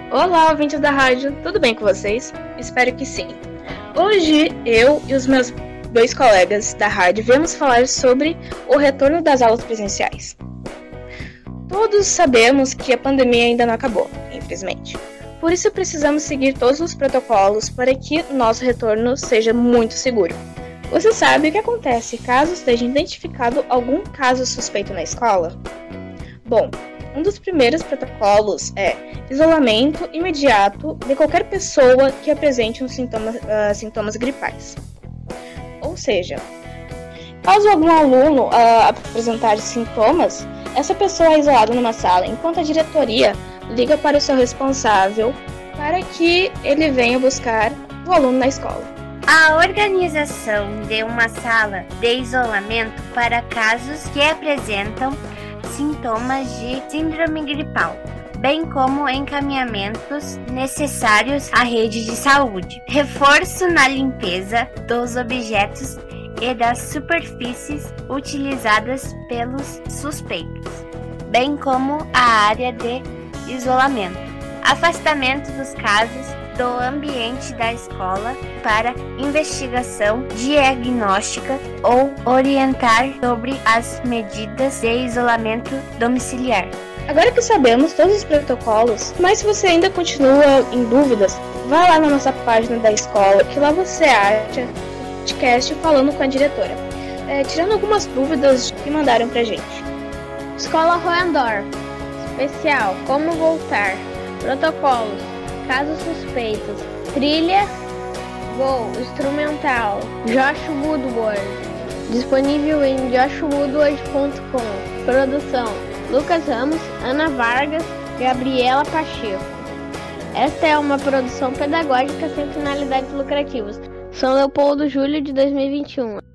Olá, ouvintes da rádio, tudo bem com vocês? Espero que sim. Hoje, eu e os meus dois colegas da rádio viemos falar sobre o retorno das aulas presenciais. Todos sabemos que a pandemia ainda não acabou, infelizmente. Por isso, precisamos seguir todos os protocolos para que nosso retorno seja muito seguro. Você sabe o que acontece caso esteja identificado algum caso suspeito na escola? Bom, um dos primeiros protocolos é isolamento imediato de qualquer pessoa que apresente sintomas gripais. Ou seja, caso algum aluno apresentar sintomas, essa pessoa é isolada numa sala, enquanto a diretoria liga para o seu responsável para que ele venha buscar o aluno na escola. A organização de uma sala de isolamento para casos que apresentam sintomas de síndrome gripal, bem como encaminhamentos necessários à rede de saúde, reforço na limpeza dos objetos e das superfícies utilizadas pelos suspeitos, bem como a área de isolamento, afastamento dos casos do ambiente da escola para investigação diagnóstica ou orientar sobre as medidas de isolamento domiciliar. Agora que sabemos todos os protocolos, mas se você ainda continua em dúvidas, vá lá na nossa página da escola, que lá você acha o podcast falando com a diretora, tirando algumas dúvidas que mandaram pra gente. Escola Hohendorf, especial, como voltar, protocolos, casos suspeitos, trilha, voo, instrumental, Josh Woodward, disponível em joshwoodward.com, produção, Lucas Ramos, Ana Vargas, Gabriela Pacheco. Esta é uma produção pedagógica sem finalidades lucrativas. São Leopoldo, julho de 2021.